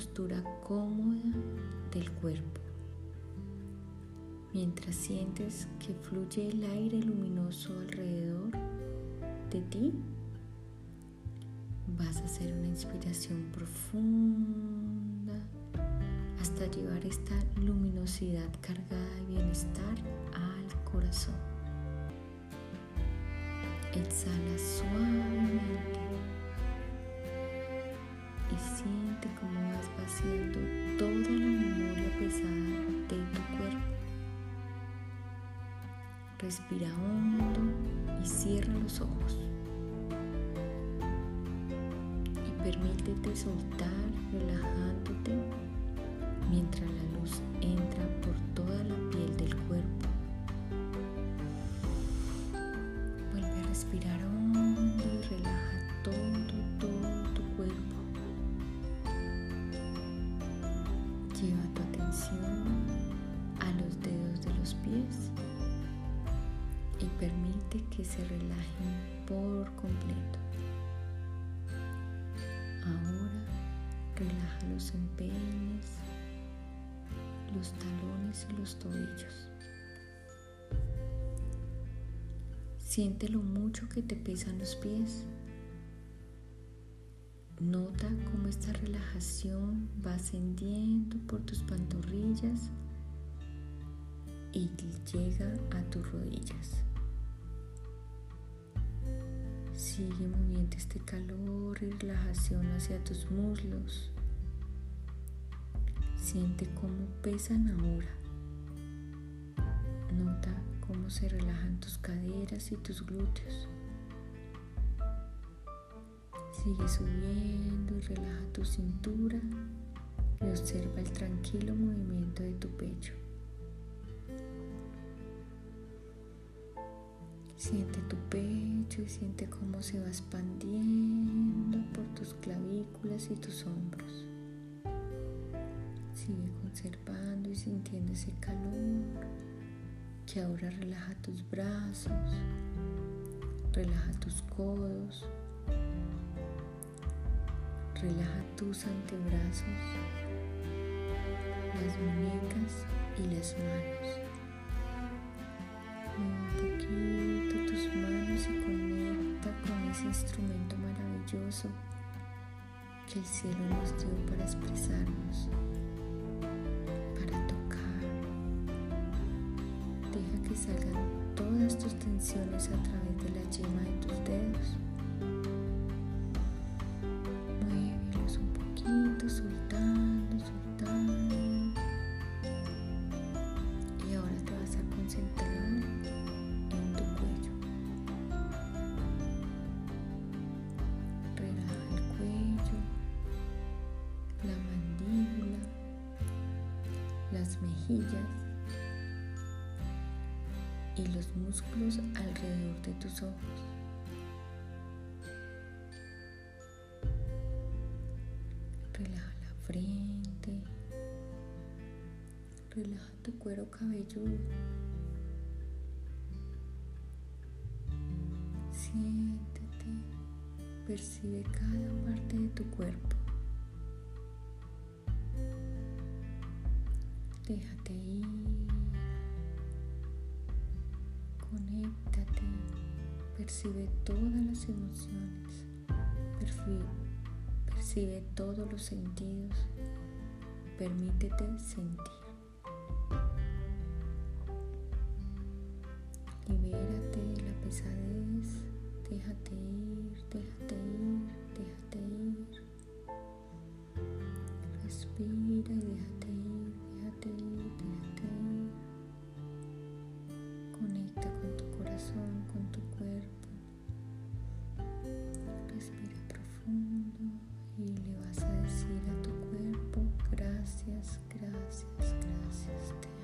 postura cómoda del cuerpo. Mientras sientes que fluye el aire luminoso alrededor de ti, vas a hacer una inspiración profunda hasta llevar esta luminosidad cargada de bienestar al corazón. Exhala suavemente y siente cómo vas vaciando toda la memoria pesada de tu cuerpo. Respira hondo y cierra los ojos. Y permítete soltar relajándote mientras la luz entra por toda la piel del cuerpo. Vuelve a respirar hondo y relaja todo tu cuerpo. Lleva tu atención a los dedos de los pies y permite que se relajen por completo. Ahora relaja los empeines, los talones y los tobillos. Siente lo mucho que te pesan los pies. Nota cómo esta relajación va ascendiendo por tus pantorrillas y llega a tus rodillas. Sigue moviendo este calor y relajación hacia tus muslos. Siente cómo pesan ahora. Nota cómo se relajan tus caderas y tus glúteos. Sigue subiendo y relaja tu cintura y observa el tranquilo movimiento de tu pecho. Siente tu pecho y siente cómo se va expandiendo por tus clavículas y tus hombros. Sigue conservando y sintiendo ese calor que ahora relaja tus brazos, relaja tus codos, relaja tus antebrazos, las muñecas y las manos. Mueve un poquito tus manos y conecta con ese instrumento maravilloso que el cielo nos dio para expresarnos, para tocar. Deja que salgan todas tus tensiones a través de la yema de tus dedos. Muévelos un poquito, soltando. Y ahora te vas a concentrar en tu cuello. Relaja el cuello, la mandíbula, las mejillas y los músculos alrededor de tus ojos. Relaja la frente, relaja tu cuero cabelludo. Siéntete, percibe cada parte de tu cuerpo. Déjate ir. Conéctate, percibe todas las emociones, percibe todos los sentidos, permítete sentir. Libérate de la pesadez, déjate ir. Respira y déjate ir. Conecta con tu corazón, con tu cuerpo. Respira profundo y le vas a decir a tu cuerpo: gracias. Te